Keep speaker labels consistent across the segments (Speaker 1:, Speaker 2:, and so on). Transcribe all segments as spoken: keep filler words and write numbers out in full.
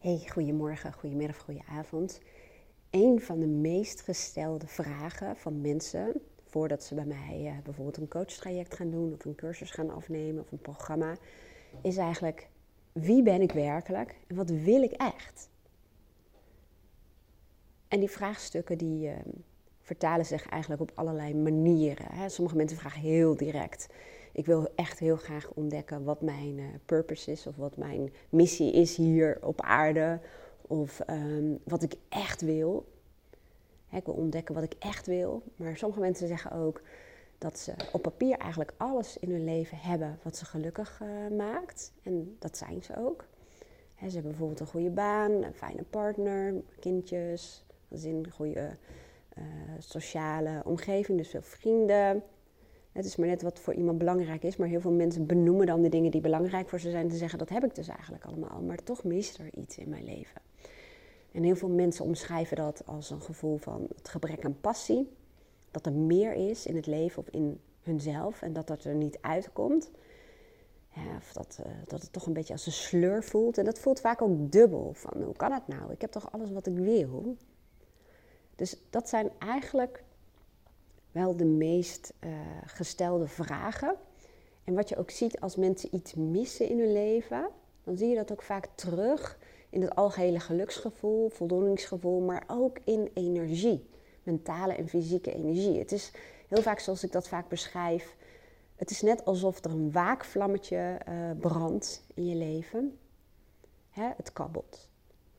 Speaker 1: Hey, goedemorgen, goedemiddag, goedenavond. Een van de meest gestelde vragen van mensen voordat ze bij mij uh, bijvoorbeeld een coachtraject gaan doen of een cursus gaan afnemen of een programma, is eigenlijk: wie ben ik werkelijk en wat wil ik echt? En die vraagstukken die uh, vertalen zich eigenlijk op allerlei manieren. Hè. Sommige mensen vragen heel direct: ik wil echt heel graag ontdekken wat mijn uh, purpose is of wat mijn missie is hier op aarde. Of um, wat ik echt wil. He, ik wil ontdekken wat ik echt wil. Maar sommige mensen zeggen ook dat ze op papier eigenlijk alles in hun leven hebben wat ze gelukkig uh, maakt. En dat zijn ze ook. He, ze hebben bijvoorbeeld een goede baan, een fijne partner, kindjes, een goede uh, sociale omgeving, dus veel vrienden. Het is maar net wat voor iemand belangrijk is, maar heel veel mensen benoemen dan de dingen die belangrijk voor ze zijn. Te zeggen, dat heb ik dus eigenlijk allemaal, maar toch mist er iets in mijn leven. En heel veel mensen omschrijven dat als een gevoel van het gebrek aan passie. Dat er meer is in het leven of in hunzelf en dat dat er niet uitkomt. Ja, of dat, uh, dat het toch een beetje als een sleur voelt. En dat voelt vaak ook dubbel. Van, hoe kan het nou? Ik heb toch alles wat ik wil? Dus dat zijn eigenlijk wel de meest uh, gestelde vragen. En wat je ook ziet als mensen iets missen in hun leven, dan zie je dat ook vaak terug in het algehele geluksgevoel, voldoeningsgevoel, maar ook in energie. Mentale en fysieke energie. Het is heel vaak zoals ik dat vaak beschrijf. Het is net alsof er een waakvlammetje uh, brandt in je leven. Hè, het kabbelt.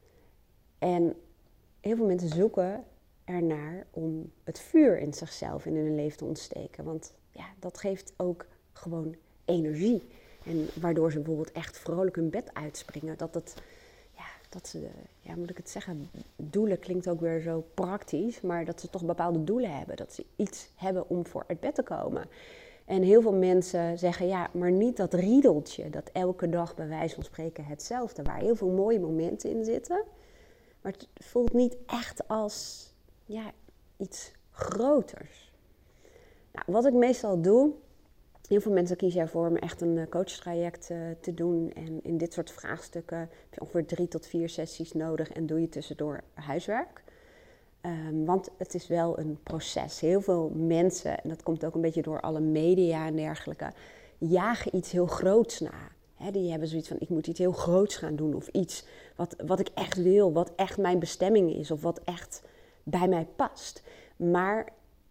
Speaker 1: En heel veel mensen zoeken ernaar om het vuur in zichzelf in hun leven te ontsteken. Want ja, dat geeft ook gewoon energie. En waardoor ze bijvoorbeeld echt vrolijk hun bed uitspringen. Dat het, ja, dat ze, ja, moet ik het zeggen, doelen klinkt ook weer zo praktisch. Maar dat ze toch bepaalde doelen hebben. Dat ze iets hebben om voor uit bed te komen. En heel veel mensen zeggen, ja, maar niet dat riedeltje. Dat elke dag bij wijze van spreken hetzelfde. Waar heel veel mooie momenten in zitten. Maar het voelt niet echt als ja, iets groters. Nou, wat ik meestal doe, heel veel mensen kiezen ervoor om echt een coachtraject uh, te doen. En in dit soort vraagstukken heb je ongeveer drie tot vier sessies nodig en doe je tussendoor huiswerk. Um, want het is wel een proces. Heel veel mensen, en dat komt ook een beetje door alle media en dergelijke, jagen iets heel groots na. He, die hebben zoiets van, ik moet iets heel groots gaan doen. Of iets wat, wat ik echt wil, wat echt mijn bestemming is. Of wat echt bij mij past. Maar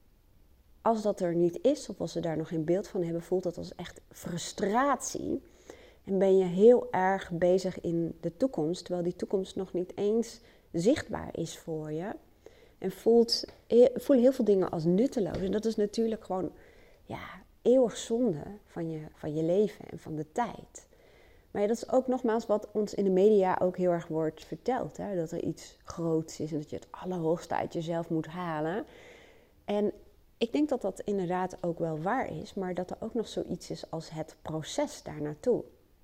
Speaker 1: als dat er niet is, of als ze daar nog geen beeld van hebben, voelt dat als echt frustratie. En ben je heel erg bezig in de toekomst, terwijl die toekomst nog niet eens zichtbaar is voor je. En voelt, voelen heel veel dingen als nutteloos. En dat is natuurlijk gewoon ja, eeuwig zonde van je, van je leven en van de tijd. Maar ja, dat is ook nogmaals wat ons in de media ook heel erg wordt verteld. Hè? Dat er iets groots is en dat je het allerhoogste uit jezelf moet halen. En ik denk dat dat inderdaad ook wel waar is. Maar dat er ook nog zoiets is als het proces daar naartoe.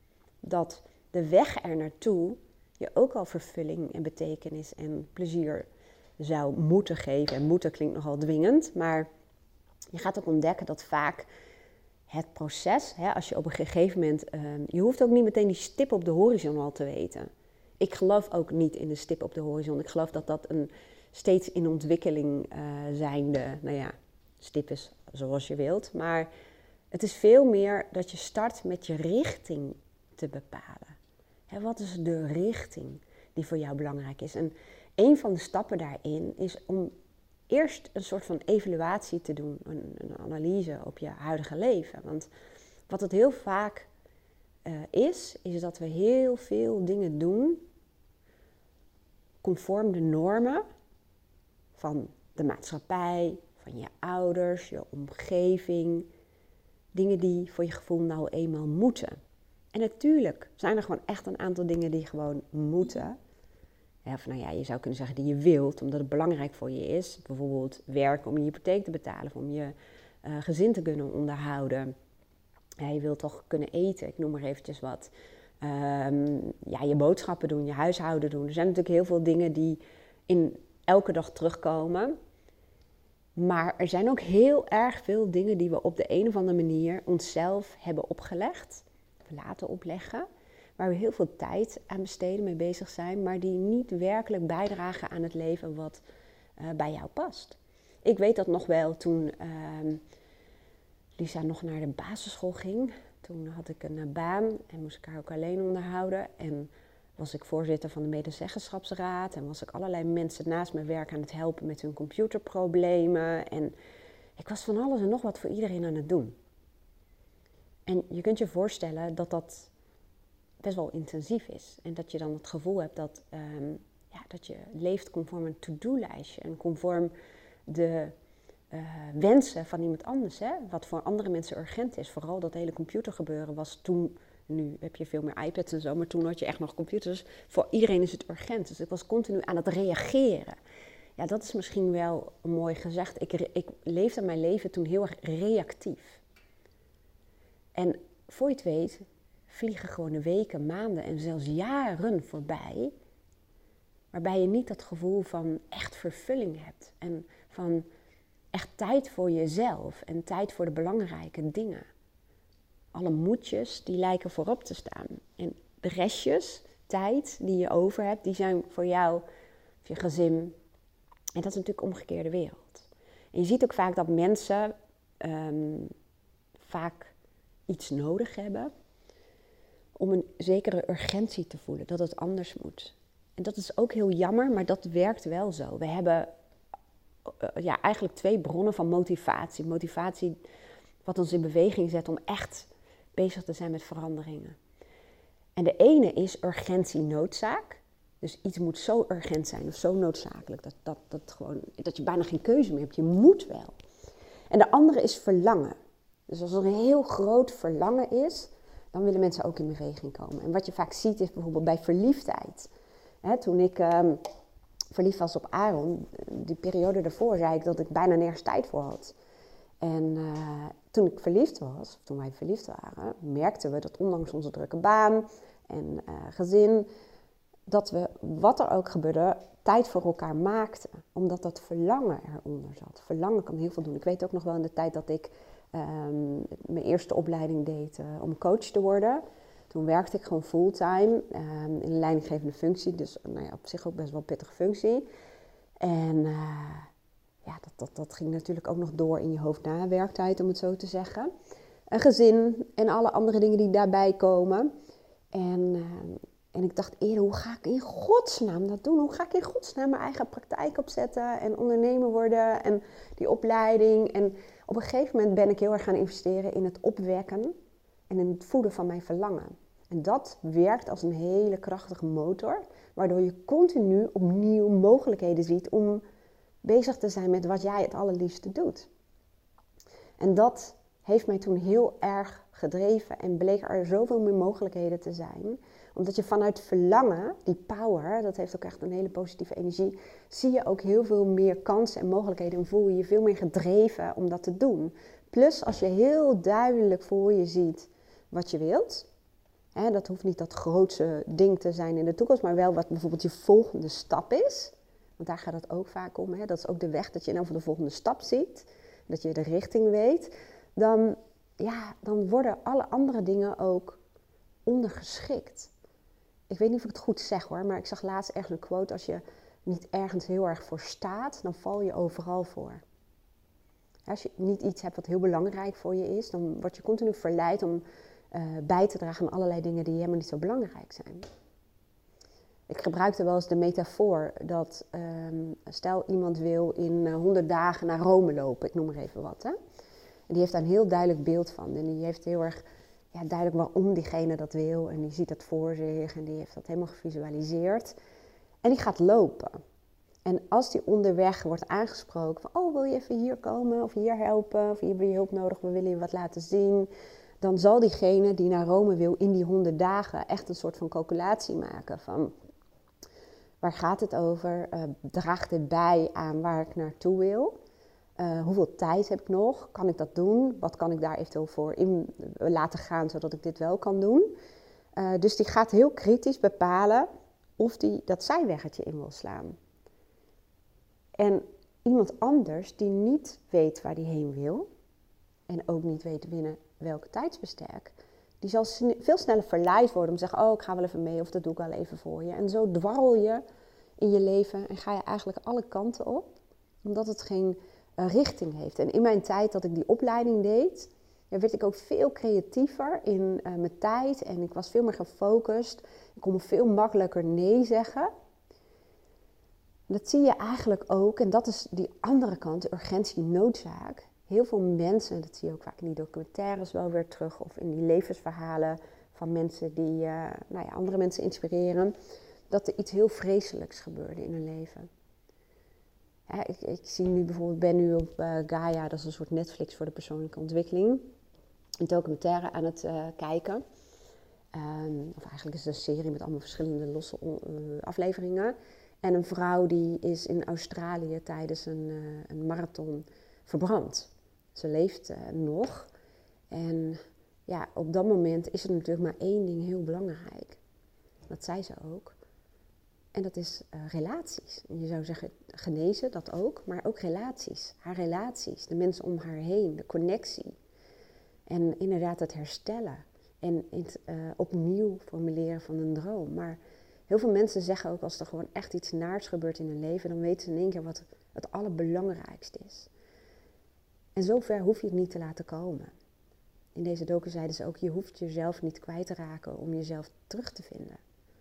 Speaker 1: Dat de weg er naartoe je ook al vervulling en betekenis en plezier zou moeten geven. En moeten klinkt nogal dwingend. Maar je gaat ook ontdekken dat vaak het proces, hè, als je op een gegeven moment, uh, je hoeft ook niet meteen die stip op de horizon al te weten. Ik geloof ook niet in de stip op de horizon. Ik geloof dat dat een steeds in ontwikkeling uh, zijnde, nou ja, stip is zoals je wilt. Maar het is veel meer dat je start met je richting te bepalen. Hè, wat is de richting die voor jou belangrijk is? En een van de stappen daarin is om eerst een soort van evaluatie te doen, een, een analyse op je huidige leven. Want wat het heel vaak uh, is, is dat we heel veel dingen doen conform de normen van de maatschappij, van je ouders, je omgeving. Dingen die voor je gevoel nou eenmaal moeten. En natuurlijk zijn er gewoon echt een aantal dingen die gewoon moeten. Ja, of nou ja, je zou kunnen zeggen die je wilt, omdat het belangrijk voor je is. Bijvoorbeeld werken om je hypotheek te betalen, of om je uh, gezin te kunnen onderhouden. Ja, je wilt toch kunnen eten, ik noem maar eventjes wat. Um, ja, je boodschappen doen, je huishouden doen. Er zijn natuurlijk heel veel dingen die in elke dag terugkomen. Maar er zijn ook heel erg veel dingen die we op de een of andere manier onszelf hebben opgelegd, of laten opleggen. waar we heel veel tijd aan besteden, mee bezig zijn, maar die niet werkelijk bijdragen aan het leven wat uh, bij jou past. Ik weet dat nog wel toen uh, Lisa nog naar de basisschool ging. Toen had ik een uh, baan en moest ik haar ook alleen onderhouden. En was ik voorzitter van de medezeggenschapsraad en was ik allerlei mensen naast mijn werk aan het helpen met hun computerproblemen. En ik was van alles en nog wat voor iedereen aan het doen. En je kunt je voorstellen dat dat best wel intensief is. En dat je dan het gevoel hebt dat, um, ja, dat je leeft conform een to-do-lijstje. En conform de uh, wensen van iemand anders. Hè? Wat voor andere mensen urgent is. Vooral dat hele computergebeuren was toen. Nu heb je veel meer iPads en zo. Maar toen had je echt nog computers. Voor iedereen is het urgent. Dus ik was continu aan het reageren. Ja, dat is misschien wel mooi gezegd. Ik, ik leefde mijn leven toen heel erg reactief. En voor je het weet vliegen gewoon de weken, maanden en zelfs jaren voorbij, waarbij je niet dat gevoel van echt vervulling hebt en van echt tijd voor jezelf en tijd voor de belangrijke dingen. Alle moedjes, die lijken voorop te staan. En de restjes, tijd die je over hebt, die zijn voor jou, of je gezin. En dat is natuurlijk de omgekeerde wereld. En je ziet ook vaak dat mensen um, vaak iets nodig hebben om een zekere urgentie te voelen, dat het anders moet. En dat is ook heel jammer, maar dat werkt wel zo. We hebben uh, ja, eigenlijk twee bronnen van motivatie. Motivatie wat ons in beweging zet om echt bezig te zijn met veranderingen. En de ene is urgentie-noodzaak. Dus iets moet zo urgent zijn of zo noodzakelijk dat, dat, dat, gewoon, dat je bijna geen keuze meer hebt. Je moet wel. En de andere is verlangen. Dus als er een heel groot verlangen is, dan willen mensen ook in beweging komen. En wat je vaak ziet is bijvoorbeeld bij verliefdheid. Hè, toen ik um, verliefd was op Aaron, die periode daarvoor zei ik dat ik bijna nergens tijd voor had. En uh, toen ik verliefd was, toen wij verliefd waren, merkten we dat ondanks onze drukke baan en uh, gezin, dat we, wat er ook gebeurde, tijd voor elkaar maakten. Omdat dat verlangen eronder zat. Verlangen kan heel veel doen. Ik weet ook nog wel in de tijd dat ik um, mijn eerste opleiding deed uh, om coach te worden. Toen werkte ik gewoon fulltime um, in een leidinggevende functie. Dus nou ja, op zich ook best wel een pittige functie. En uh, ja, dat, dat, dat ging natuurlijk ook nog door in je hoofd na werktijd, om het zo te zeggen. Een gezin en alle andere dingen die daarbij komen. En... Uh, En ik dacht eerder, hoe ga ik in godsnaam dat doen? Hoe ga ik in godsnaam mijn eigen praktijk opzetten en ondernemer worden en die opleiding? En op een gegeven moment ben ik heel erg gaan investeren in het opwekken en in het voeden van mijn verlangen. En dat werkt als een hele krachtige motor, waardoor je continu opnieuw mogelijkheden ziet om bezig te zijn met wat jij het allerliefste doet. En dat heeft mij toen heel erg gedreven en bleek er zoveel meer mogelijkheden te zijn. Omdat je vanuit verlangen, die power, dat heeft ook echt een hele positieve energie, zie je ook heel veel meer kansen en mogelijkheden en voel je je veel meer gedreven om dat te doen. Plus als je heel duidelijk voor je ziet wat je wilt, hè, dat hoeft niet dat grootste ding te zijn in de toekomst, maar wel wat bijvoorbeeld je volgende stap is. Want daar gaat het ook vaak om, hè. Dat is ook de weg dat je in ieder geval de volgende stap ziet, dat je de richting weet. Dan, ja, dan worden alle andere dingen ook ondergeschikt. Ik weet niet of ik het goed zeg hoor, maar ik zag laatst ergens een quote: als je niet ergens heel erg voor staat, dan val je overal voor. Als je niet iets hebt wat heel belangrijk voor je is, dan word je continu verleid om uh, bij te dragen aan allerlei dingen die helemaal niet zo belangrijk zijn. Ik gebruikte wel eens de metafoor dat, um, stel iemand wil in uh, honderd dagen naar Rome lopen, ik noem maar even wat. Hè? En die heeft daar een heel duidelijk beeld van en die heeft heel erg... Ja, duidelijk waarom diegene dat wil en die ziet dat voor zich en die heeft dat helemaal gevisualiseerd. En die gaat lopen. En als die onderweg wordt aangesproken van, oh, wil je even hier komen of hier helpen of hier heb je hulp nodig, we willen je wat laten zien. Dan zal diegene die naar Rome wil in die honderd dagen echt een soort van calculatie maken van, waar gaat het over? Uh, draagt dit bij aan waar ik naartoe wil? Uh, hoeveel tijd heb ik nog? Kan ik dat doen? Wat kan ik daar eventueel voor in laten gaan, zodat ik dit wel kan doen? Uh, dus die gaat heel kritisch bepalen of die dat zijweggetje in wil slaan. En iemand anders die niet weet waar die heen wil, en ook niet weet binnen welk tijdsbestek, die zal sne- veel sneller verleid worden om te zeggen, oh, ik ga wel even mee of dat doe ik wel even voor je. En zo dwarrel je in je leven en ga je eigenlijk alle kanten op, omdat het geen uh, richting heeft. En in mijn tijd dat ik die opleiding deed, ja, werd ik ook veel creatiever in uh, mijn tijd en ik was veel meer gefocust. Ik kon veel makkelijker nee zeggen. Dat zie je eigenlijk ook, en dat is die andere kant, de urgentie, noodzaak. Heel veel mensen, dat zie je ook vaak in die documentaires wel weer terug, of in die levensverhalen van mensen die uh, nou ja, andere mensen inspireren, dat er iets heel vreselijks gebeurde in hun leven. Ja, ik, ik zie nu bijvoorbeeld, ben nu op uh, Gaia, dat is een soort Netflix voor de persoonlijke ontwikkeling, een documentaire aan het uh, kijken. Um, of eigenlijk is het een serie met allemaal verschillende losse uh, afleveringen. En een vrouw die is in Australië tijdens een, uh, een marathon verbrand. Ze leeft uh, nog. En ja, op dat moment is er natuurlijk maar één ding heel belangrijk. Dat zei ze ook. En dat is uh, relaties. En je zou zeggen genezen, dat ook. Maar ook relaties. Haar relaties. De mensen om haar heen. De connectie. En inderdaad het herstellen. En het uh, opnieuw formuleren van een droom. Maar heel veel mensen zeggen ook, als er gewoon echt iets naars gebeurt in hun leven, dan weten ze in één keer wat het allerbelangrijkste is. En zover hoef je het niet te laten komen. In deze docu zeiden ze ook, je hoeft jezelf niet kwijt te raken om jezelf terug te vinden.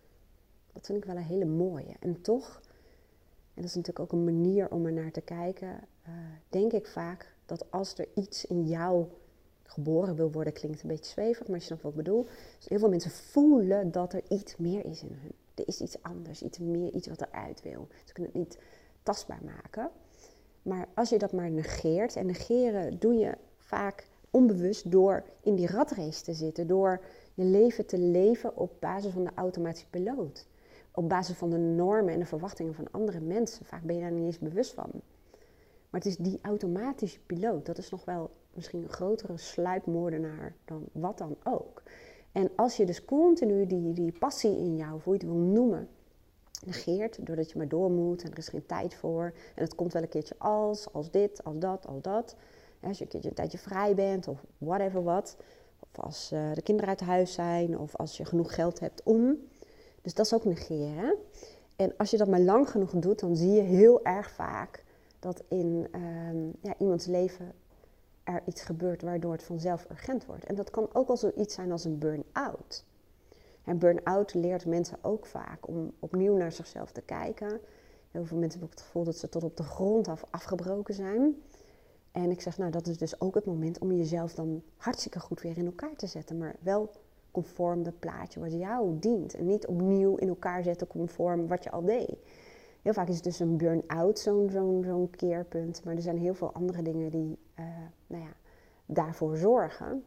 Speaker 1: Dat vind ik wel een hele mooie. En toch, en dat is natuurlijk ook een manier om er naar te kijken, uh, denk ik vaak dat als er iets in jou geboren wil worden, klinkt een beetje zweverig, maar als je snapt wat ik bedoel. Dus heel veel mensen voelen dat er iets meer is in hun. Er is iets anders, iets meer, iets wat eruit wil. Ze kunnen het niet tastbaar maken. Maar als je dat maar negeert, en negeren doe je vaak onbewust door in die ratrace te zitten, door je leven te leven op basis van de automatische piloot. Op basis van de normen en de verwachtingen van andere mensen. Vaak ben je daar niet eens bewust van. Maar het is die automatische piloot, dat is nog wel misschien een grotere sluipmoordenaar dan wat dan ook. En als je dus continu die, die passie in jou, of hoe je het wil noemen, negeert, doordat je maar door moet en er is geen tijd voor. En het komt wel een keertje als, als dit, als dat, als dat. Ja, als je een keertje een tijdje vrij bent of whatever wat. Of als uh, de kinderen uit huis zijn of als je genoeg geld hebt om. Dus dat is ook negeren. En als je dat maar lang genoeg doet, dan zie je heel erg vaak dat in um, ja, iemands leven er iets gebeurt waardoor het vanzelf urgent wordt. En dat kan ook al zoiets zijn als een burn-out. En burn-out leert mensen ook vaak om opnieuw naar zichzelf te kijken. Heel veel mensen hebben ook het gevoel dat ze tot op de grond af afgebroken zijn. En ik zeg, nou, dat is dus ook het moment om jezelf dan hartstikke goed weer in elkaar te zetten. Maar wel conform het plaatje wat jou dient. En niet opnieuw in elkaar zetten conform wat je al deed. Heel vaak is het dus een burn-out zo'n, zo'n, zo'n keerpunt. Maar er zijn heel veel andere dingen die uh, nou ja, daarvoor zorgen.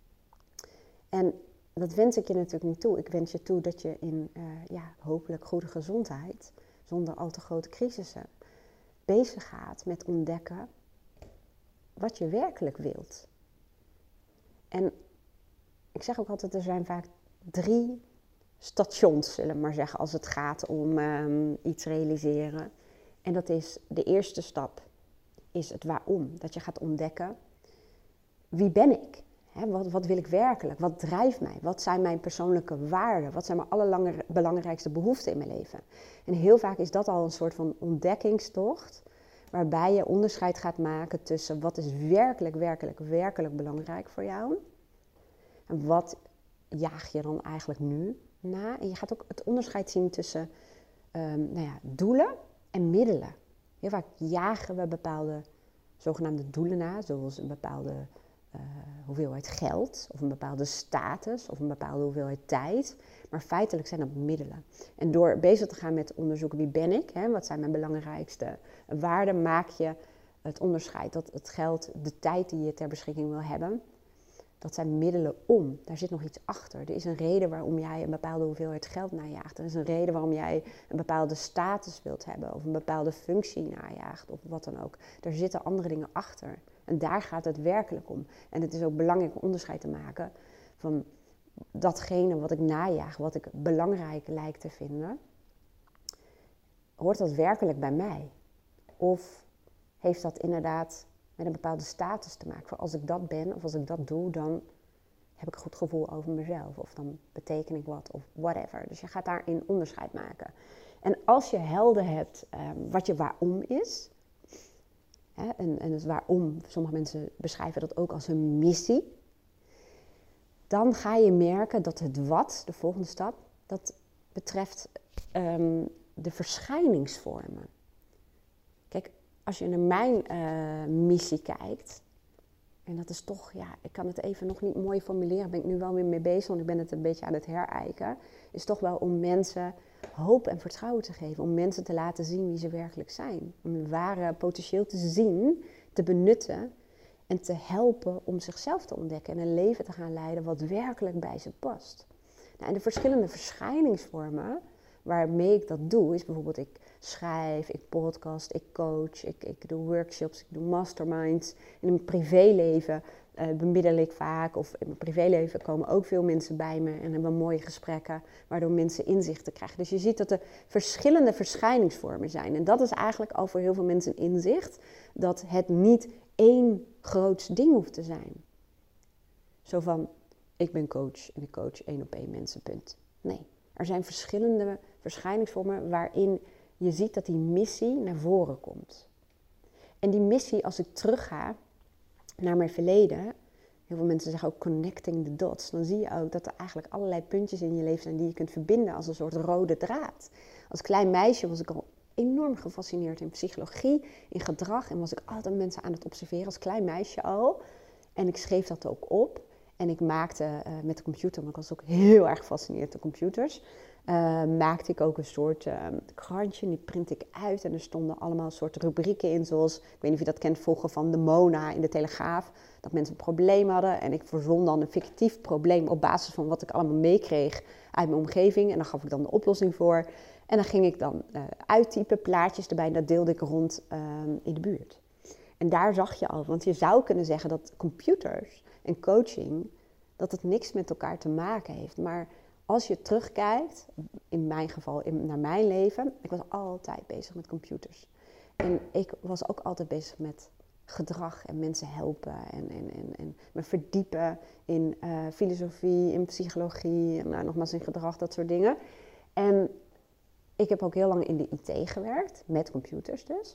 Speaker 1: En dat wens ik je natuurlijk niet toe. Ik wens je toe dat je in uh, ja, hopelijk goede gezondheid, zonder al te grote crisissen, bezig gaat met ontdekken wat je werkelijk wilt. En ik zeg ook altijd, er zijn vaak drie stations, zullen we maar zeggen, als het gaat om um, iets realiseren. En dat is, de eerste stap is het waarom. Dat je gaat ontdekken, wie ben ik? He, wat, wat wil ik werkelijk? Wat drijft mij? Wat zijn mijn persoonlijke waarden? Wat zijn mijn allerbelangrijkste behoeften in mijn leven? En heel vaak is dat al een soort van ontdekkingstocht, waarbij je onderscheid gaat maken tussen wat is werkelijk, werkelijk, werkelijk belangrijk voor jou. En wat jaag je dan eigenlijk nu na? En je gaat ook het onderscheid zien tussen um, nou ja, doelen en middelen. Heel vaak jagen we bepaalde zogenaamde doelen na, zoals een bepaalde uh, hoeveelheid geld, of een bepaalde status, of een bepaalde hoeveelheid tijd. Maar feitelijk zijn dat middelen. En door bezig te gaan met onderzoeken wie ben ik, hè, wat zijn mijn belangrijkste waarden, maak je het onderscheid dat het geld, de tijd die je ter beschikking wil hebben, dat zijn middelen om. Daar zit nog iets achter. Er is een reden waarom jij een bepaalde hoeveelheid geld najaagt. Er is een reden waarom jij een bepaalde status wilt hebben. Of een bepaalde functie najaagt. Of wat dan ook. Er zitten andere dingen achter. En daar gaat het werkelijk om. En het is ook belangrijk om onderscheid te maken van datgene wat ik najaag, wat ik belangrijk lijkt te vinden. Hoort dat werkelijk bij mij? Of heeft dat inderdaad met een bepaalde status te maken? Voor als ik dat ben of als ik dat doe, dan heb ik een goed gevoel over mezelf. Of dan beteken ik wat of whatever. Dus je gaat daarin onderscheid maken. En als je helder hebt um, wat je waarom is. Hè, en, en het waarom, sommige mensen beschrijven dat ook als een missie. Dan ga je merken dat het wat, de volgende stap, dat betreft um, de verschijningsvormen. Kijk, als je naar mijn uh, missie kijkt, en dat is toch, ja, ik kan het even nog niet mooi formuleren, ben ik nu wel weer mee bezig, want ik ben het een beetje aan het herijken, is toch wel om mensen hoop en vertrouwen te geven, om mensen te laten zien wie ze werkelijk zijn. Om hun ware potentieel te zien, te benutten en te helpen om zichzelf te ontdekken en een leven te gaan leiden wat werkelijk bij ze past. Nou, en de verschillende verschijningsvormen waarmee ik dat doe, is bijvoorbeeld ik schrijf, ik podcast, ik coach, ik, ik doe workshops, ik doe masterminds. In mijn privéleven uh, bemiddel ik vaak, of in mijn privéleven komen ook veel mensen bij me en hebben mooie gesprekken, waardoor mensen inzichten krijgen. Dus je ziet dat er verschillende verschijningsvormen zijn. En dat is eigenlijk al voor heel veel mensen een inzicht, dat het niet één groot ding hoeft te zijn. Zo van, ik ben coach en ik coach één op één mensen, punt. Nee, er zijn verschillende verschijningsvormen waarin je ziet dat die missie naar voren komt. En die missie, als ik terugga naar mijn verleden, heel veel mensen zeggen ook connecting the dots, dan zie je ook dat er eigenlijk allerlei puntjes in je leven zijn die je kunt verbinden als een soort rode draad. Als klein meisje was ik al enorm gefascineerd in psychologie, in gedrag en was ik altijd mensen aan het observeren als klein meisje al. En ik schreef dat ook op. En ik maakte uh, met de computer, maar ik was ook heel erg gefascineerd door computers, uh, maakte ik ook een soort uh, krantje, die print ik uit. En er stonden allemaal soort rubrieken in, zoals, ik weet niet of je dat kent, volgen van de Mona in de Telegraaf, dat mensen een probleem hadden. En ik verzon dan een fictief probleem op basis van wat ik allemaal meekreeg uit mijn omgeving. En dan gaf ik dan de oplossing voor. En dan ging ik dan uh, uittypen, plaatjes erbij, en dat deelde ik rond uh, in de buurt. En daar zag je al, want je zou kunnen zeggen dat computers en coaching, dat het niks met elkaar te maken heeft. Maar als je terugkijkt, in mijn geval, in, naar mijn leven, ik was altijd bezig met computers. En ik was ook altijd bezig met gedrag en mensen helpen en, en, en, en me verdiepen in uh, filosofie, in psychologie, en nou, nogmaals in gedrag, dat soort dingen. En ik heb ook heel lang in de I T gewerkt, met computers dus.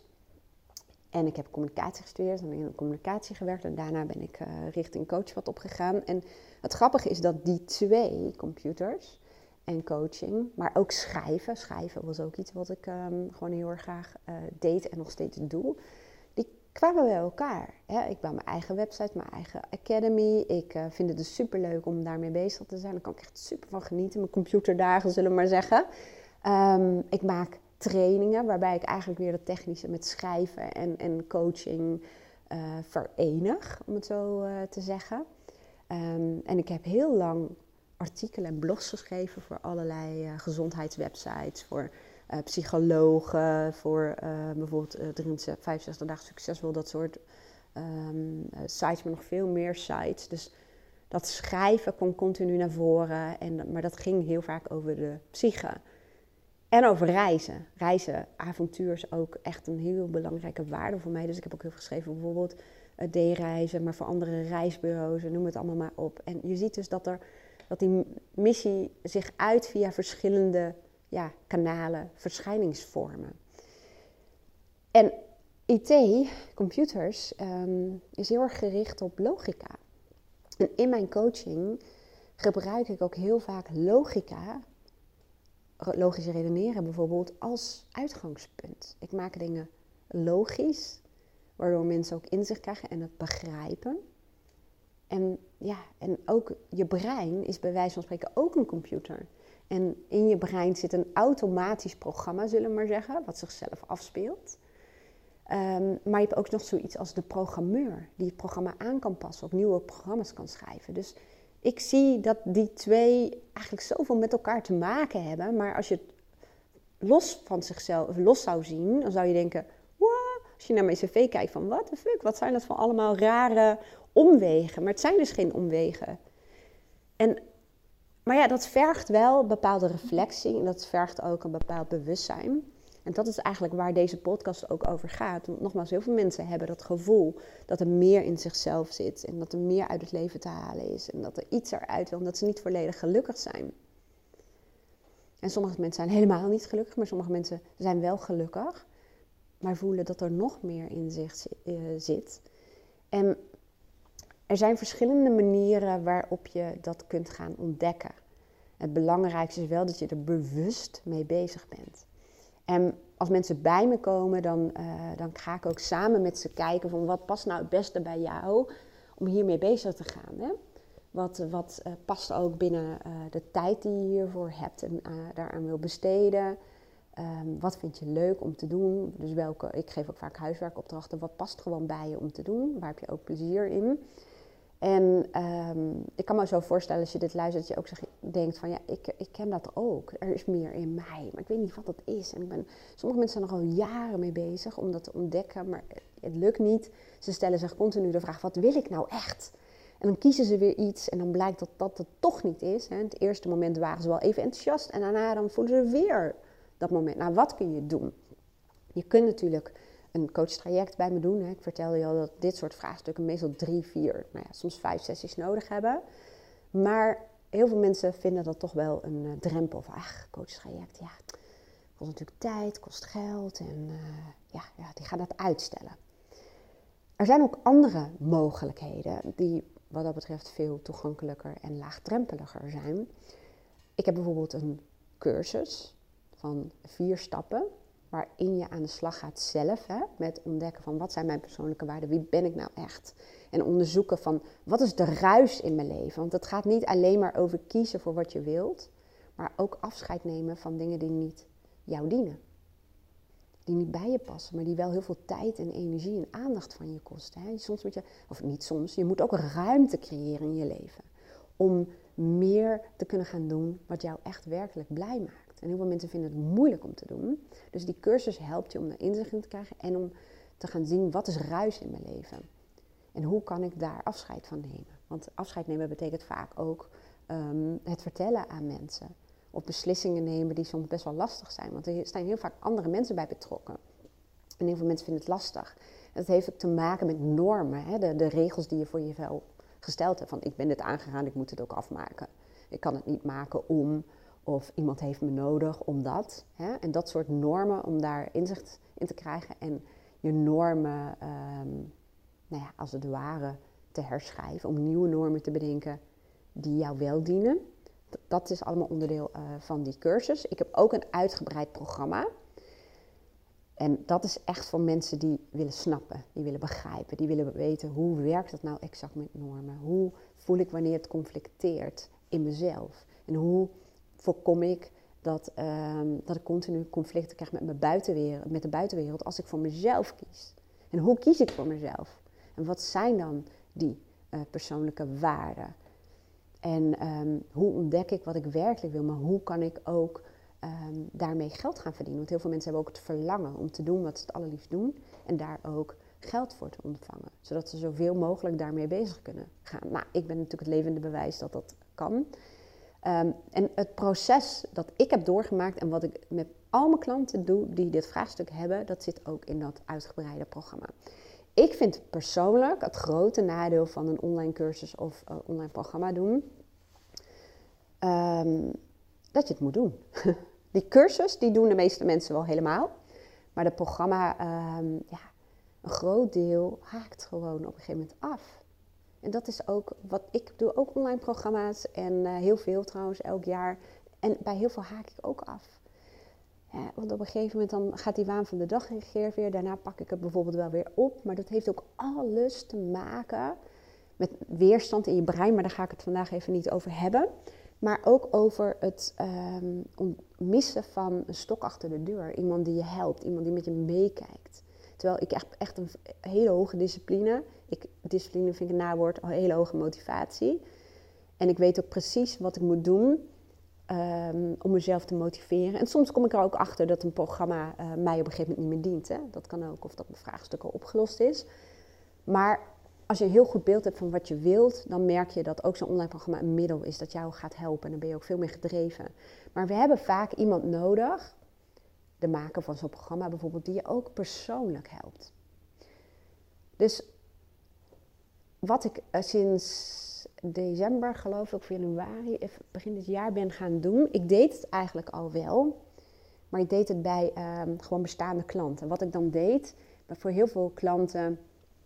Speaker 1: En ik heb communicatie gestudeerd en in de communicatie gewerkt. En daarna ben ik uh, richting coachpad opgegaan. En het grappige is dat die twee, computers en coaching, maar ook schrijven. Schrijven was ook iets wat ik um, gewoon heel erg graag uh, deed en nog steeds doe. Die kwamen bij elkaar. Hè? Ik bouw mijn eigen website, mijn eigen academy. Ik uh, vind het dus superleuk om daarmee bezig te zijn. Daar kan ik echt super van genieten. Mijn computerdagen, zullen we maar zeggen. Um, ik maak trainingen, waarbij ik eigenlijk weer het technische met schrijven en, en coaching uh, verenig, om het zo uh, te zeggen. Um, en ik heb heel lang artikelen en blogs geschreven voor allerlei uh, gezondheidswebsites, voor uh, psychologen, voor uh, bijvoorbeeld uh, vijfenzestig dagen succesvol, dat soort um, uh, sites, maar nog veel meer sites. Dus dat schrijven kwam continu naar voren, en, maar dat ging heel vaak over de psyche. En over reizen. Reizen, avontuur is ook echt een heel belangrijke waarde voor mij. Dus ik heb ook heel veel geschreven, bijvoorbeeld uh, D-reizen, maar voor andere reisbureaus, noem het allemaal maar op. En je ziet dus dat, er, dat die missie zich uit via verschillende ja, kanalen, verschijningsvormen. En I T, computers, um, is heel erg gericht op logica. En in mijn coaching gebruik ik ook heel vaak logica, logische redeneren bijvoorbeeld, als uitgangspunt. Ik maak dingen logisch, waardoor mensen ook inzicht krijgen en het begrijpen. En ja, en ook je brein is bij wijze van spreken ook een computer. En in je brein zit een automatisch programma, zullen we maar zeggen, wat zichzelf afspeelt. Um, maar je hebt ook nog zoiets als de programmeur, die het programma aan kan passen, of nieuwe programma's kan schrijven. Dus ik zie dat die twee eigenlijk zoveel met elkaar te maken hebben. Maar als je het los van zichzelf, los zou zien, dan zou je denken, wow, als je naar mijn cv kijkt van, what the fuck, wat zijn dat voor allemaal rare omwegen? Maar het zijn dus geen omwegen. En, maar ja, dat vergt wel een bepaalde reflectie en dat vergt ook een bepaald bewustzijn. En dat is eigenlijk waar deze podcast ook over gaat. Want nogmaals, heel veel mensen hebben dat gevoel dat er meer in zichzelf zit. En dat er meer uit het leven te halen is. En dat er iets eruit wil, omdat ze niet volledig gelukkig zijn. En sommige mensen zijn helemaal niet gelukkig, maar sommige mensen zijn wel gelukkig. Maar voelen dat er nog meer in zich uh, zit. En er zijn verschillende manieren waarop je dat kunt gaan ontdekken. Het belangrijkste is wel dat je er bewust mee bezig bent. En als mensen bij me komen, dan, uh, dan ga ik ook samen met ze kijken van wat past nou het beste bij jou om hiermee bezig te gaan. Hè? Wat, wat uh, past ook binnen uh, de tijd die je hiervoor hebt en uh, daaraan wil besteden. Um, wat vind je leuk om te doen? Dus welke, ik geef ook vaak huiswerkopdrachten. Wat past gewoon bij je om te doen? Waar heb je ook plezier in? En um, ik kan me zo voorstellen als je dit luistert, dat je ook zeg, denkt van ja, ik, ik ken dat ook. Er is meer in mij, maar ik weet niet wat dat is. En ik ben, sommige mensen zijn er al jaren mee bezig om dat te ontdekken, maar het lukt niet. Ze stellen zich continu de vraag, wat wil ik nou echt? En dan kiezen ze weer iets en dan blijkt dat dat het toch niet is. Hè. Het eerste moment waren ze wel even enthousiast en daarna dan voelen ze weer dat moment. Nou, wat kun je doen? Je kunt natuurlijk een coachtraject bij me doen. Hè. Ik vertelde je al dat dit soort vraagstukken meestal drie, vier, nou ja, soms vijf sessies nodig hebben. Maar heel veel mensen vinden dat toch wel een uh, drempel van, ach, coachtraject, ja, kost natuurlijk tijd, kost geld en uh, ja, ja, die gaan dat uitstellen. Er zijn ook andere mogelijkheden die wat dat betreft veel toegankelijker en laagdrempeliger zijn. Ik heb bijvoorbeeld een cursus van vier stappen waarin je aan de slag gaat zelf, hè, met ontdekken van wat zijn mijn persoonlijke waarden, wie ben ik nou echt? En onderzoeken van wat is de ruis in mijn leven? Want het gaat niet alleen maar over kiezen voor wat je wilt, maar ook afscheid nemen van dingen die niet jou dienen. Die niet bij je passen, maar die wel heel veel tijd en energie en aandacht van je kosten. Hè. Soms moet je, of niet soms, je moet ook ruimte creëren in je leven. Om meer te kunnen gaan doen wat jou echt werkelijk blij maakt. En heel veel mensen vinden het moeilijk om te doen. Dus die cursus helpt je om daar inzicht in te krijgen en om te gaan zien wat is ruis in mijn leven. En hoe kan ik daar afscheid van nemen. Want afscheid nemen betekent vaak ook um, het vertellen aan mensen. Of beslissingen nemen die soms best wel lastig zijn. Want er staan heel vaak andere mensen bij betrokken. En heel veel mensen vinden het lastig. En dat heeft ook te maken met normen. Hè? De, de regels die je voor jezelf gesteld hebt. Van ik ben dit aangegaan, ik moet het ook afmaken. Ik kan het niet maken om, of iemand heeft me nodig omdat. Hè? En dat soort normen, om daar inzicht in te krijgen. En je normen, um, nou ja, als het ware, te herschrijven. Om nieuwe normen te bedenken die jou wel dienen. Dat is allemaal onderdeel uh, van die cursus. Ik heb ook een uitgebreid programma. En dat is echt voor mensen die willen snappen, die willen begrijpen, die willen weten hoe werkt dat nou exact met normen? Hoe voel ik wanneer het conflicteert in mezelf? En hoe voorkom ik dat, um, dat ik continu conflicten krijg met, mijn buitenwereld, met de buitenwereld als ik voor mezelf kies? En hoe kies ik voor mezelf? En wat zijn dan die uh, persoonlijke waarden? En um, hoe ontdek ik wat ik werkelijk wil, maar hoe kan ik ook um, daarmee geld gaan verdienen? Want heel veel mensen hebben ook het verlangen om te doen wat ze het allerliefst doen en daar ook geld voor te ontvangen. Zodat ze zoveel mogelijk daarmee bezig kunnen gaan. Nou, ik ben natuurlijk het levende bewijs dat dat kan. Um, en het proces dat ik heb doorgemaakt en wat ik met al mijn klanten doe die dit vraagstuk hebben, dat zit ook in dat uitgebreide programma. Ik vind persoonlijk het grote nadeel van een online cursus of uh, online programma doen, um, dat je het moet doen. Die cursus, die doen de meeste mensen wel helemaal. Maar het programma, um, ja, een groot deel haakt gewoon op een gegeven moment af. En dat is ook wat ik doe, ook online programma's en uh, heel veel trouwens elk jaar. En bij heel veel haak ik ook af. Ja, want op een gegeven moment dan gaat die waan van de dag reageert weer. Daarna pak ik het bijvoorbeeld wel weer op. Maar dat heeft ook alles te maken met weerstand in je brein. Maar daar ga ik het vandaag even niet over hebben. Maar ook over het um, missen van een stok achter de deur. Iemand die je helpt, iemand die met je meekijkt. Terwijl ik echt, echt een hele hoge discipline. Ik, discipline vind ik een nawoord, een hele hoge motivatie. En ik weet ook precies wat ik moet doen. Um, om mezelf te motiveren. En soms kom ik er ook achter dat een programma uh, mij op een gegeven moment niet meer dient. Hè? Dat kan ook, of dat mijn vraagstuk al opgelost is. Maar als je een heel goed beeld hebt van wat je wilt, dan merk je dat ook zo'n online programma een middel is dat jou gaat helpen. En dan ben je ook veel meer gedreven. Maar we hebben vaak iemand nodig, de maker van zo'n programma bijvoorbeeld, die je ook persoonlijk helpt. Dus wat ik uh, sinds december, geloof ik, of januari, begin dit jaar ben gaan doen. Ik deed het eigenlijk al wel, maar ik deed het bij uh, gewoon bestaande klanten. Wat ik dan deed, voor heel veel klanten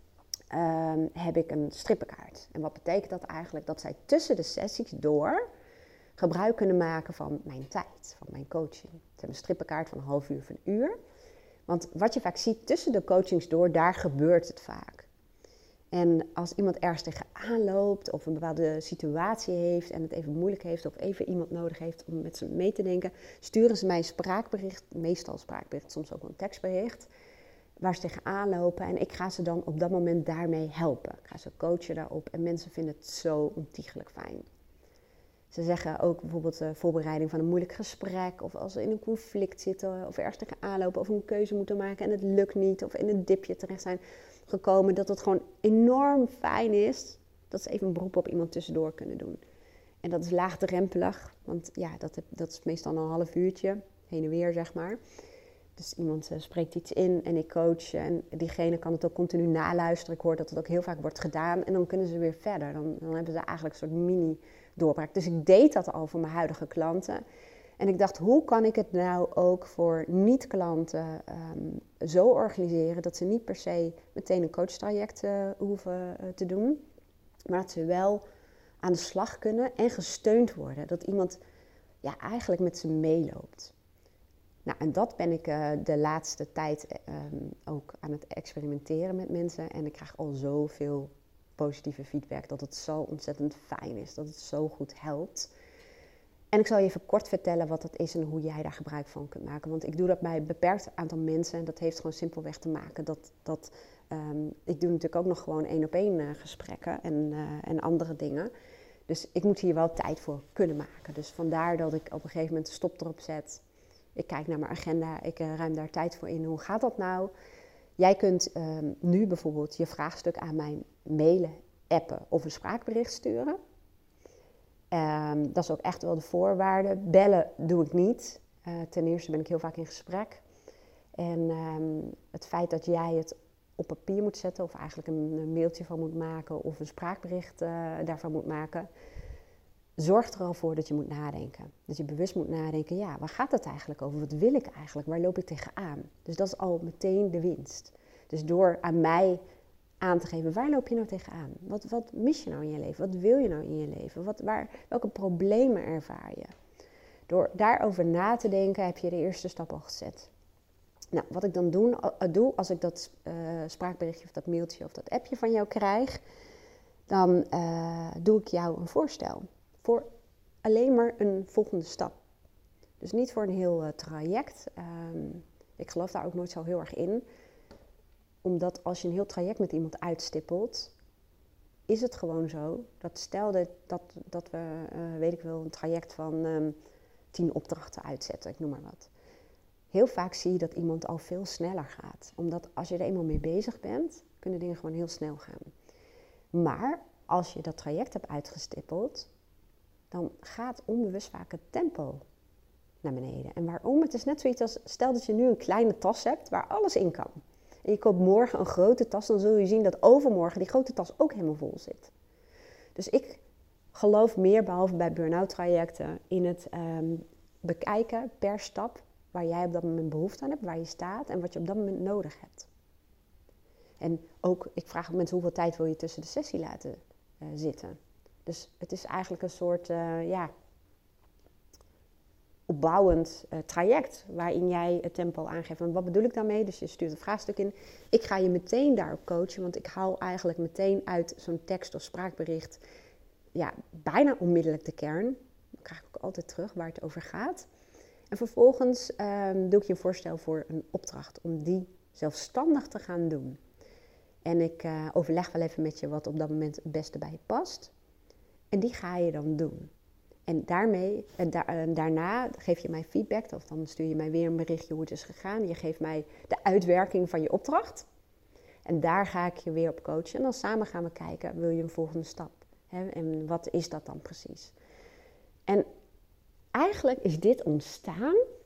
Speaker 1: uh, heb ik een strippenkaart. En wat betekent dat eigenlijk? Dat zij tussen de sessies door gebruik kunnen maken van mijn tijd, van mijn coaching. Ze hebben een strippenkaart van een half uur of een uur. Want wat je vaak ziet tussen de coachings door, daar gebeurt het vaak. En als iemand ergens tegenaan loopt of een bepaalde situatie heeft en het even moeilijk heeft of even iemand nodig heeft om met ze mee te denken, sturen ze mij een spraakbericht, meestal een spraakbericht, soms ook wel een tekstbericht, waar ze tegenaan lopen en ik ga ze dan op dat moment daarmee helpen. Ik ga ze coachen daarop en mensen vinden het zo ontiegelijk fijn. Ze zeggen ook bijvoorbeeld de voorbereiding van een moeilijk gesprek of als ze in een conflict zitten of ergens tegenaan lopen of een keuze moeten maken en het lukt niet of in een dipje terecht zijn gekomen, dat het gewoon enorm fijn is dat ze even een beroep op iemand tussendoor kunnen doen. En dat is laagdrempelig, want ja, dat, heb, dat is meestal een half uurtje, heen en weer zeg maar. Dus iemand uh, spreekt iets in en ik coach en diegene kan het ook continu naluisteren. Ik hoor dat het ook heel vaak wordt gedaan en dan kunnen ze weer verder. Dan, dan hebben ze eigenlijk een soort mini-doorbraak. Dus ik deed dat al voor mijn huidige klanten. En ik dacht, hoe kan ik het nou ook voor niet-klanten um, zo organiseren dat ze niet per se meteen een coachtraject uh, hoeven uh, te doen, maar dat ze wel aan de slag kunnen en gesteund worden. Dat iemand ja, eigenlijk met ze meeloopt. Nou, en dat ben ik uh, de laatste tijd um, ook aan het experimenteren met mensen. En ik krijg al zoveel positieve feedback dat het zo ontzettend fijn is, dat het zo goed helpt. En ik zal je even kort vertellen wat dat is en hoe jij daar gebruik van kunt maken. Want ik doe dat bij een beperkt aantal mensen en dat heeft gewoon simpelweg te maken. Dat, dat, um, ik doe natuurlijk ook nog gewoon één op één uh, gesprekken en, uh, en andere dingen. Dus ik moet hier wel tijd voor kunnen maken. Dus vandaar dat ik op een gegeven moment de stop erop zet. Ik kijk naar mijn agenda, ik uh, ruim daar tijd voor in. Hoe gaat dat nou? Jij kunt um, nu bijvoorbeeld je vraagstuk aan mij mailen, appen of een spraakbericht sturen. Um, dat is ook echt wel de voorwaarde. Bellen doe ik niet. Uh, ten eerste ben ik heel vaak in gesprek. En um, het feit dat jij het op papier moet zetten, of eigenlijk een, een mailtje van moet maken, of een spraakbericht uh, daarvan moet maken, zorgt er al voor dat je moet nadenken. Dat je bewust moet nadenken, ja, waar gaat het eigenlijk over? Wat wil ik eigenlijk? Waar loop ik tegenaan? Dus dat is al meteen de winst. Dus door aan mij aan te geven, waar loop je nou tegenaan? Wat, wat mis je nou in je leven? Wat wil je nou in je leven? Wat, waar, welke problemen ervaar je? Door daarover na te denken heb je de eerste stap al gezet. Nou, wat ik dan doen, doe als ik dat uh, spraakberichtje of dat mailtje of dat appje van jou krijg, dan uh, doe ik jou een voorstel voor alleen maar een volgende stap. Dus niet voor een heel uh, traject. Um, ik geloof daar ook nooit zo heel erg in. Omdat als je een heel traject met iemand uitstippelt, is het gewoon zo dat stel dat, dat, dat we, uh, weet ik wel, een traject van um, tien opdrachten uitzetten, ik noem maar wat. Heel vaak zie je dat iemand al veel sneller gaat. Omdat als je er eenmaal mee bezig bent, kunnen dingen gewoon heel snel gaan. Maar als je dat traject hebt uitgestippeld, dan gaat onbewust vaak het tempo naar beneden. En waarom? Het is net zoiets als, stel dat je nu een kleine tas hebt waar alles in kan. En je koopt morgen een grote tas, dan zul je zien dat overmorgen die grote tas ook helemaal vol zit. Dus ik geloof meer, behalve bij burn-out trajecten, in het um, bekijken per stap waar jij op dat moment behoefte aan hebt, waar je staat en wat je op dat moment nodig hebt. En ook, ik vraag ook mensen hoeveel tijd wil je tussen de sessie laten uh, zitten. Dus het is eigenlijk een soort, uh, ja, opbouwend uh, traject waarin jij het tempo aangeeft. En wat bedoel ik daarmee? Dus je stuurt een vraagstuk in. Ik ga je meteen daarop coachen, want ik haal eigenlijk meteen uit zo'n tekst of spraakbericht ja, bijna onmiddellijk de kern. Dan krijg ik ook altijd terug waar het over gaat. En vervolgens um, doe ik je een voorstel voor een opdracht om die zelfstandig te gaan doen. En ik uh, overleg wel even met je wat op dat moment het beste bij je past. En die ga je dan doen. En daarmee, en da- en daarna geef je mij feedback, of dan stuur je mij weer een berichtje hoe het is gegaan. Je geeft mij de uitwerking van je opdracht. En daar ga ik je weer op coachen. En dan samen gaan we kijken, wil je een volgende stap? Hè? En wat is dat dan precies? En eigenlijk is dit ontstaan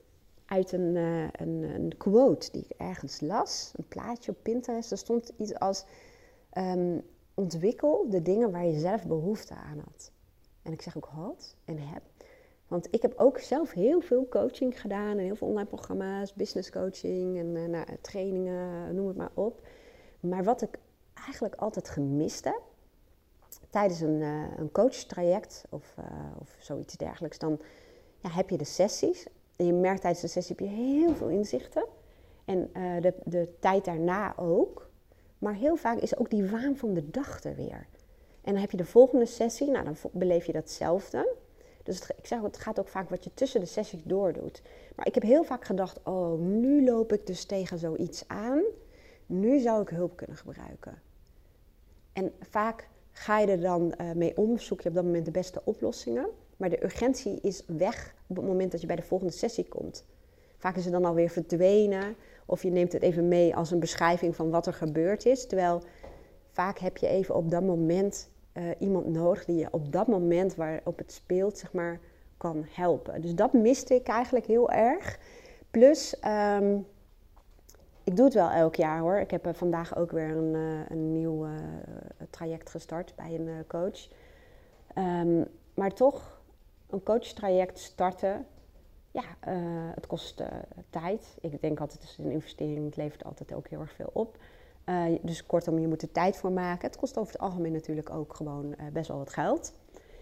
Speaker 1: uit een, uh, een, een quote die ik ergens las. Een plaatje op Pinterest. Er stond iets als... Um, ontwikkel de dingen waar je zelf behoefte aan had. En ik zeg ook had en heb. Want ik heb ook zelf heel veel coaching gedaan. En heel veel online programma's. Business coaching en uh, nou, trainingen. Noem het maar op. Maar wat ik eigenlijk altijd gemist heb... tijdens een, uh, een coachtraject of, uh, of zoiets dergelijks... dan ja, heb je de sessies. En je merkt tijdens de sessie heb je heel veel inzichten. En uh, de, de tijd daarna ook. Maar heel vaak is ook die waan van de dag er weer. En dan heb je de volgende sessie. Nou, dan beleef je datzelfde. Dus het, ik zeg, het gaat ook vaak wat je tussen de sessies doordoet. Maar ik heb heel vaak gedacht... oh, nu loop ik dus tegen zoiets aan. Nu zou ik hulp kunnen gebruiken. En vaak ga je er dan uh, mee om. Zoek je op dat moment de beste oplossingen. Maar de urgentie is weg op het moment dat je bij de volgende sessie komt. Vaak is het dan alweer verdwenen. Of je neemt het even mee als een beschrijving van wat er gebeurd is. Terwijl vaak heb je even op dat moment uh, iemand nodig die je op dat moment waarop het speelt, zeg maar, kan helpen. Dus dat miste ik eigenlijk heel erg. Plus, um, ik doe het wel elk jaar hoor. Ik heb uh, vandaag ook weer een, uh, een nieuw uh, traject gestart bij een uh, coach. Um, maar toch, een coachtraject starten... Ja, uh, het kost uh, tijd. Ik denk altijd, het is een investering, het levert altijd ook heel erg veel op. Uh, dus kortom, je moet er tijd voor maken. Het kost over het algemeen natuurlijk ook gewoon uh, best wel wat geld.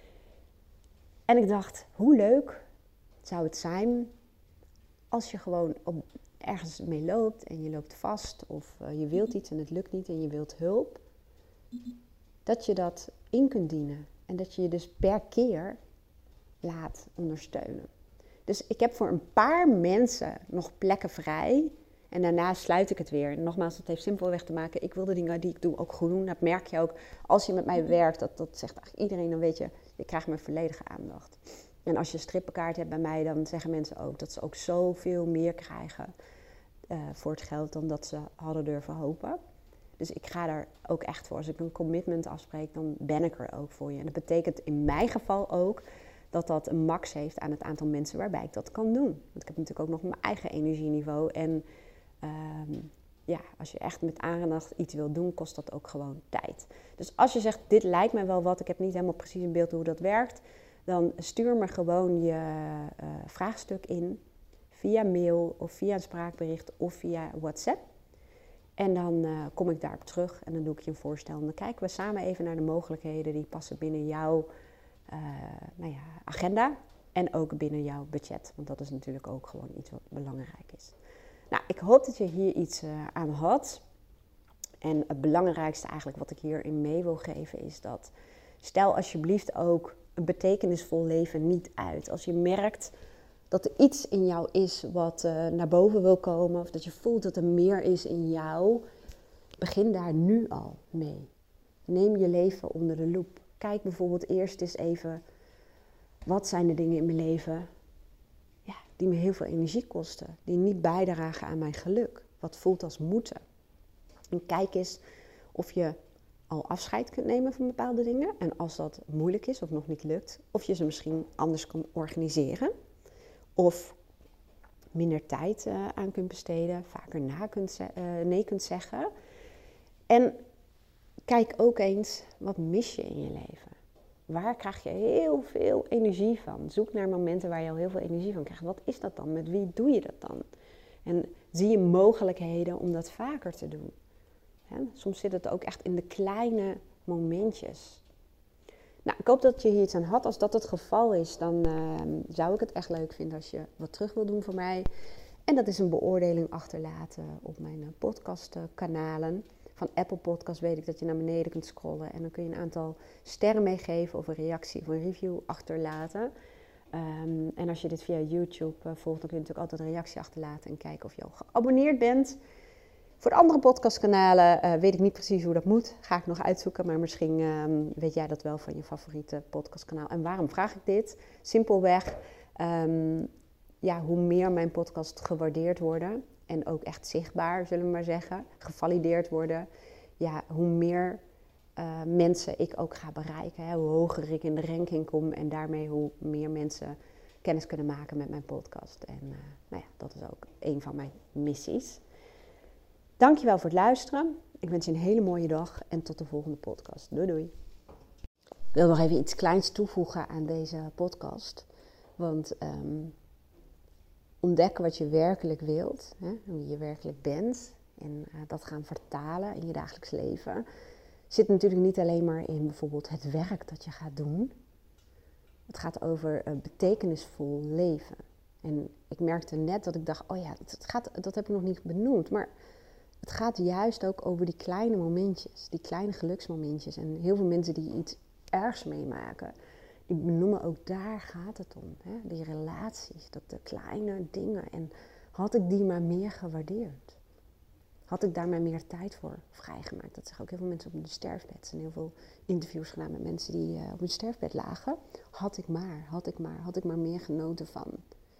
Speaker 1: En ik dacht, hoe leuk zou het zijn als je gewoon op, ergens mee loopt en je loopt vast of uh, je wilt iets en het lukt niet en je wilt hulp. Dat je dat in kunt dienen en dat je je dus per keer laat ondersteunen. Dus ik heb voor een paar mensen nog plekken vrij. En daarna sluit ik het weer. En nogmaals, het heeft simpelweg te maken. Ik wil de dingen die ik doe ook goed doen. Dat merk je ook als je met mij werkt. Dat, dat zegt eigenlijk iedereen. Dan weet je, je krijgt mijn volledige aandacht. En als je een strippenkaart hebt bij mij, dan zeggen mensen ook dat ze ook zoveel meer krijgen uh, voor het geld dan dat ze hadden durven hopen. Dus ik ga daar ook echt voor. Als ik een commitment afspreek, dan ben ik er ook voor je. En dat betekent in mijn geval ook dat dat een max heeft aan het aantal mensen waarbij ik dat kan doen. Want ik heb natuurlijk ook nog mijn eigen energieniveau. En um, ja, als je echt met aandacht iets wil doen, kost dat ook gewoon tijd. Dus als je zegt, dit lijkt mij wel wat, ik heb niet helemaal precies een beeld hoe dat werkt, dan stuur me gewoon je uh, vraagstuk in via mail of via een spraakbericht of via WhatsApp. En dan uh, kom ik daarop terug en dan doe ik je een voorstel. En dan kijken we samen even naar de mogelijkheden die passen binnen jouw uh, nou ja, agenda en ook binnen jouw budget. Want dat is natuurlijk ook gewoon iets wat belangrijk is. Nou, ik hoop dat je hier iets uh, aan had. En het belangrijkste eigenlijk wat ik hierin mee wil geven is dat, stel alsjeblieft ook een betekenisvol leven niet uit. Als je merkt dat er iets in jou is wat uh, naar boven wil komen, of dat je voelt dat er meer is in jou, begin daar nu al mee. Neem je leven onder de loep. Kijk bijvoorbeeld eerst eens even, wat zijn de dingen in mijn leven ja, die me heel veel energie kosten, die niet bijdragen aan mijn geluk. Wat voelt als moeten. En kijk eens of je al afscheid kunt nemen van bepaalde dingen. En als dat moeilijk is of nog niet lukt, of je ze misschien anders kan organiseren. Of minder tijd uh, aan kunt besteden, vaker na kunt ze- uh, nee kunt zeggen. En kijk ook eens, wat mis je in je leven? Waar krijg je heel veel energie van? Zoek naar momenten waar je al heel veel energie van krijgt. Wat is dat dan? Met wie doe je dat dan? En zie je mogelijkheden om dat vaker te doen? Hè? Soms zit het ook echt in de kleine momentjes. Nou, ik hoop dat je hier iets aan had. Als dat het geval is, dan uh, zou ik het echt leuk vinden als je wat terug wil doen voor mij. En dat is een beoordeling achterlaten op mijn podcastkanalen. Van Apple Podcast weet ik dat je naar beneden kunt scrollen. En dan kun je een aantal sterren meegeven of een reactie of een review achterlaten. Um, en als je dit via YouTube uh, volgt, dan kun je natuurlijk altijd een reactie achterlaten en kijken of je al geabonneerd bent. Voor de andere podcastkanalen uh, weet ik niet precies hoe dat moet. Ga ik nog uitzoeken, maar misschien uh, weet jij dat wel van je favoriete podcastkanaal. En waarom vraag ik dit? Simpelweg, um, ja, hoe meer mijn podcasts gewaardeerd worden en ook echt zichtbaar, zullen we maar zeggen, gevalideerd worden, ja, hoe meer uh, mensen ik ook ga bereiken. Hè? Hoe hoger ik in de ranking kom en daarmee hoe meer mensen kennis kunnen maken met mijn podcast. En uh, nou ja, dat is ook een van mijn missies. Dankjewel voor het luisteren. Ik wens je een hele mooie dag en tot de volgende podcast. Doei doei. Ik wil nog even iets kleins toevoegen aan deze podcast. Want um, ontdekken wat je werkelijk wilt, hè, wie je werkelijk bent, en uh, dat gaan vertalen in je dagelijks leven, zit natuurlijk niet alleen maar in bijvoorbeeld het werk dat je gaat doen. Het gaat over een betekenisvol leven. En ik merkte net dat ik dacht, oh ja, dat, gaat, dat heb ik nog niet benoemd. Maar het gaat juist ook over die kleine momentjes, die kleine geluksmomentjes. En heel veel mensen die iets ergs meemaken, die benoemen ook daar gaat het om. Hè? Die relaties, dat de kleine dingen. En had ik die maar meer gewaardeerd? Had ik daar maar meer tijd voor vrijgemaakt? Dat zeggen ook heel veel mensen op hun sterfbed. Er zijn heel veel interviews gedaan met mensen die uh, op hun sterfbed lagen. Had ik maar, had ik maar, had ik maar meer genoten van.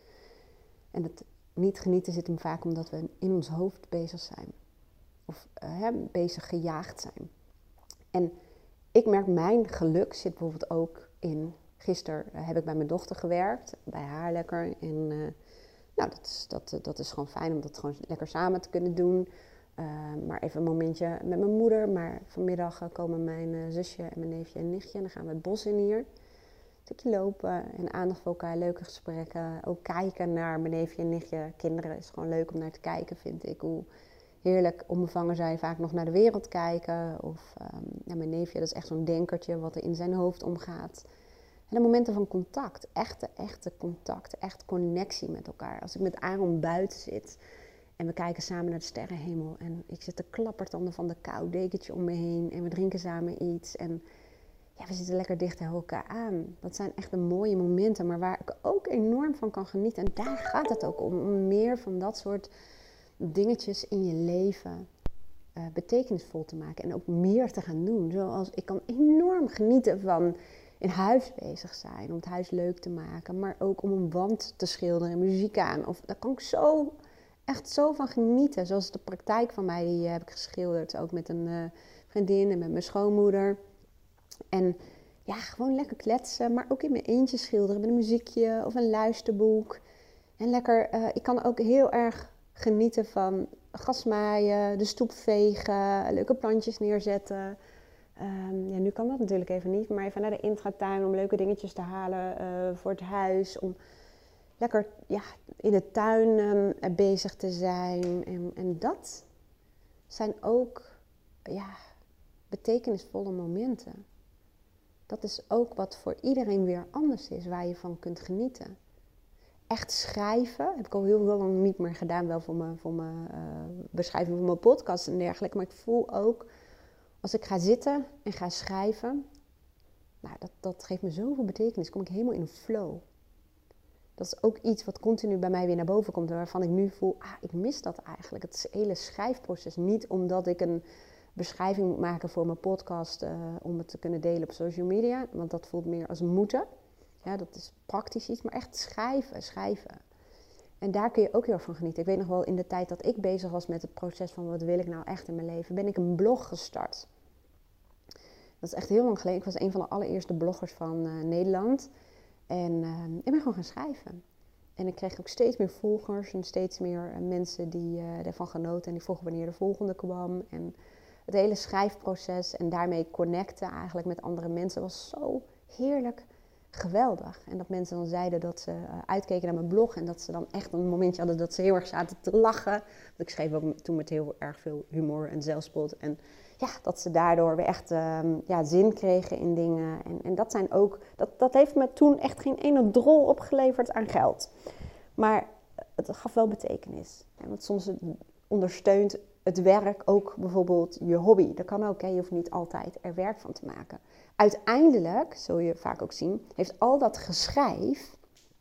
Speaker 1: En het niet genieten zit hem vaak omdat we in ons hoofd bezig zijn. Of uh, hè, bezig gejaagd zijn. En ik merk, mijn geluk zit bijvoorbeeld ook in... Gisteren uh, heb ik bij mijn dochter gewerkt, bij haar lekker. En uh, nou, dat is, dat, dat is gewoon fijn om dat gewoon lekker samen te kunnen doen. Uh, maar even een momentje met mijn moeder. Maar vanmiddag uh, komen mijn uh, zusje en mijn neefje en nichtje. En dan gaan we het bos in hier. Een stukje lopen en aandacht voor elkaar, leuke gesprekken. Ook kijken naar mijn neefje en nichtje. Kinderen is gewoon leuk om naar te kijken, vind ik. Hoe heerlijk onbevangen zij vaak nog naar de wereld kijken. Of um, ja, mijn neefje, dat is echt zo'n denkertje wat er in zijn hoofd omgaat. En de momenten van contact, echte, echte contact, echt connectie met elkaar. Als ik met Aaron buiten zit en we kijken samen naar de sterrenhemel en ik zit te klappertanden van de kou, dekentje om me heen en we drinken samen iets en ja, we zitten lekker dicht tegen elkaar aan. Dat zijn echt de mooie momenten, maar waar ik ook enorm van kan genieten. En daar gaat het ook om, om meer van dat soort dingetjes in je leven uh, betekenisvol te maken en ook meer te gaan doen. Zoals ik kan enorm genieten van in huis bezig zijn, om het huis leuk te maken, maar ook om een wand te schilderen en muziek aan. Of daar kan ik zo, echt zo van genieten. Zoals de praktijk van mij, die heb ik geschilderd, ook met een uh, vriendin en met mijn schoonmoeder. En ja, gewoon lekker kletsen, maar ook in mijn eentje schilderen met een muziekje of een luisterboek. En lekker, uh, ik kan ook heel erg genieten van grasmaaien, de stoep vegen, leuke plantjes neerzetten. Um, ja, nu kan dat natuurlijk even niet, maar even naar de intratuin om leuke dingetjes te halen uh, voor het huis. Om lekker ja, in de tuin um, bezig te zijn. En, en dat zijn ook ja, betekenisvolle momenten. Dat is ook wat voor iedereen weer anders is, waar je van kunt genieten. Echt schrijven, heb ik al heel, heel lang niet meer gedaan, wel voor mijn, voor mijn uh, beschrijving van mijn podcast en dergelijke. Maar ik voel ook, als ik ga zitten en ga schrijven, nou, dat, dat geeft me zoveel betekenis. Kom ik helemaal in een flow. Dat is ook iets wat continu bij mij weer naar boven komt. En waarvan ik nu voel, ah, ik mis dat eigenlijk. Het hele schrijfproces. Niet omdat ik een beschrijving moet maken voor mijn podcast. Uh, om het te kunnen delen op social media. Want dat voelt meer als moeten. Ja, dat is praktisch iets. Maar echt schrijven, schrijven. En daar kun je ook heel erg van genieten. Ik weet nog wel, in de tijd dat ik bezig was met het proces van wat wil ik nou echt in mijn leven, ben ik een blog gestart. Dat is echt heel lang geleden. Ik was een van de allereerste bloggers van uh, Nederland. En uh, ik ben gewoon gaan schrijven. En ik kreeg ook steeds meer volgers en steeds meer uh, mensen die uh, ervan genoten. En die vroegen wanneer de volgende kwam. En het hele schrijfproces en daarmee connecten eigenlijk met andere mensen was zo heerlijk. Geweldig. En dat mensen dan zeiden dat ze uh, uitkeken naar mijn blog en dat ze dan echt een momentje hadden dat ze heel erg zaten te lachen. Want ik schreef ook toen met heel erg veel humor en zelfspot. En ja, dat ze daardoor weer echt uh, ja, zin kregen in dingen. En, en dat zijn ook, dat, dat heeft me toen echt geen ene drol opgeleverd aan geld. Maar het gaf wel betekenis. En want soms ondersteunt het werk ook bijvoorbeeld je hobby. Dat kan ook, hè? Je hoeft niet altijd er werk van te maken. Uiteindelijk, zul je vaak ook zien, heeft al dat geschrijf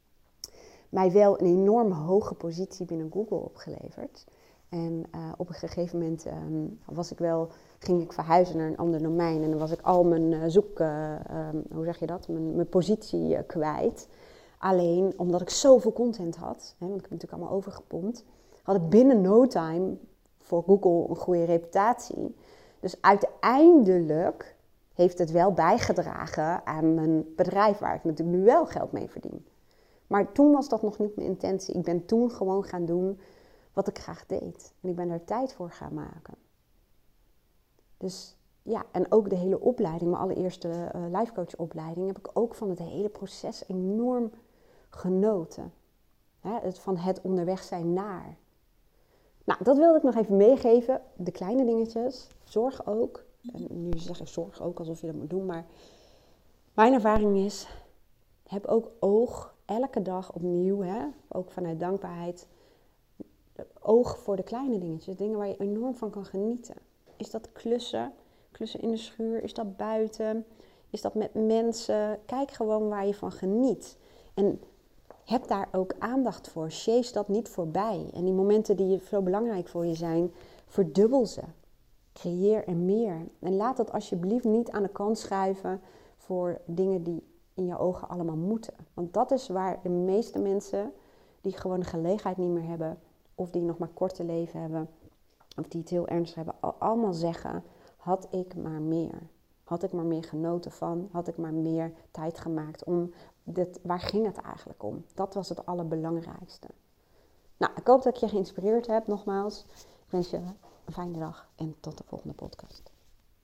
Speaker 1: mij wel een enorm hoge positie binnen Google opgeleverd. En uh, op een gegeven moment um, was ik wel, ging ik verhuizen naar een ander domein. En dan was ik al mijn uh, zoek, uh, um, hoe zeg je dat, mijn, mijn positie uh, kwijt. Alleen omdat ik zoveel content had, hè, want ik heb natuurlijk allemaal overgepompt, had ik binnen no time voor Google een goede reputatie. Dus uiteindelijk heeft het wel bijgedragen aan mijn bedrijf waar ik natuurlijk nu wel geld mee verdien. Maar toen was dat nog niet mijn intentie. Ik ben toen gewoon gaan doen wat ik graag deed. En ik ben er tijd voor gaan maken. Dus ja, en ook de hele opleiding, mijn allereerste uh, lifecoachopleiding, heb ik ook van het hele proces enorm genoten. Hè, het, van het onderweg zijn naar. Nou, dat wilde ik nog even meegeven. De kleine dingetjes. Zorg ook. En nu zeg ik zorg ook alsof je dat moet doen. Maar mijn ervaring is, heb ook oog elke dag opnieuw. Hè, ook vanuit dankbaarheid. Oog voor de kleine dingetjes. Dingen waar je enorm van kan genieten. Is dat klussen? Klussen in de schuur? Is dat buiten? Is dat met mensen? Kijk gewoon waar je van geniet. En heb daar ook aandacht voor. Chase dat niet voorbij. En die momenten die zo belangrijk voor je zijn, verdubbel ze. Creëer er meer. En laat dat alsjeblieft niet aan de kant schuiven voor dingen die in je ogen allemaal moeten. Want dat is waar de meeste mensen die gewoon de gelegenheid niet meer hebben, of die nog maar korte leven hebben, of die het heel ernstig hebben, allemaal zeggen, had ik maar meer. Had ik maar meer genoten van, had ik maar meer tijd gemaakt om, dit, waar ging het eigenlijk om? Dat was het allerbelangrijkste. Nou, ik hoop dat ik je geïnspireerd heb, nogmaals. Ik wens je een fijne dag en tot de volgende podcast.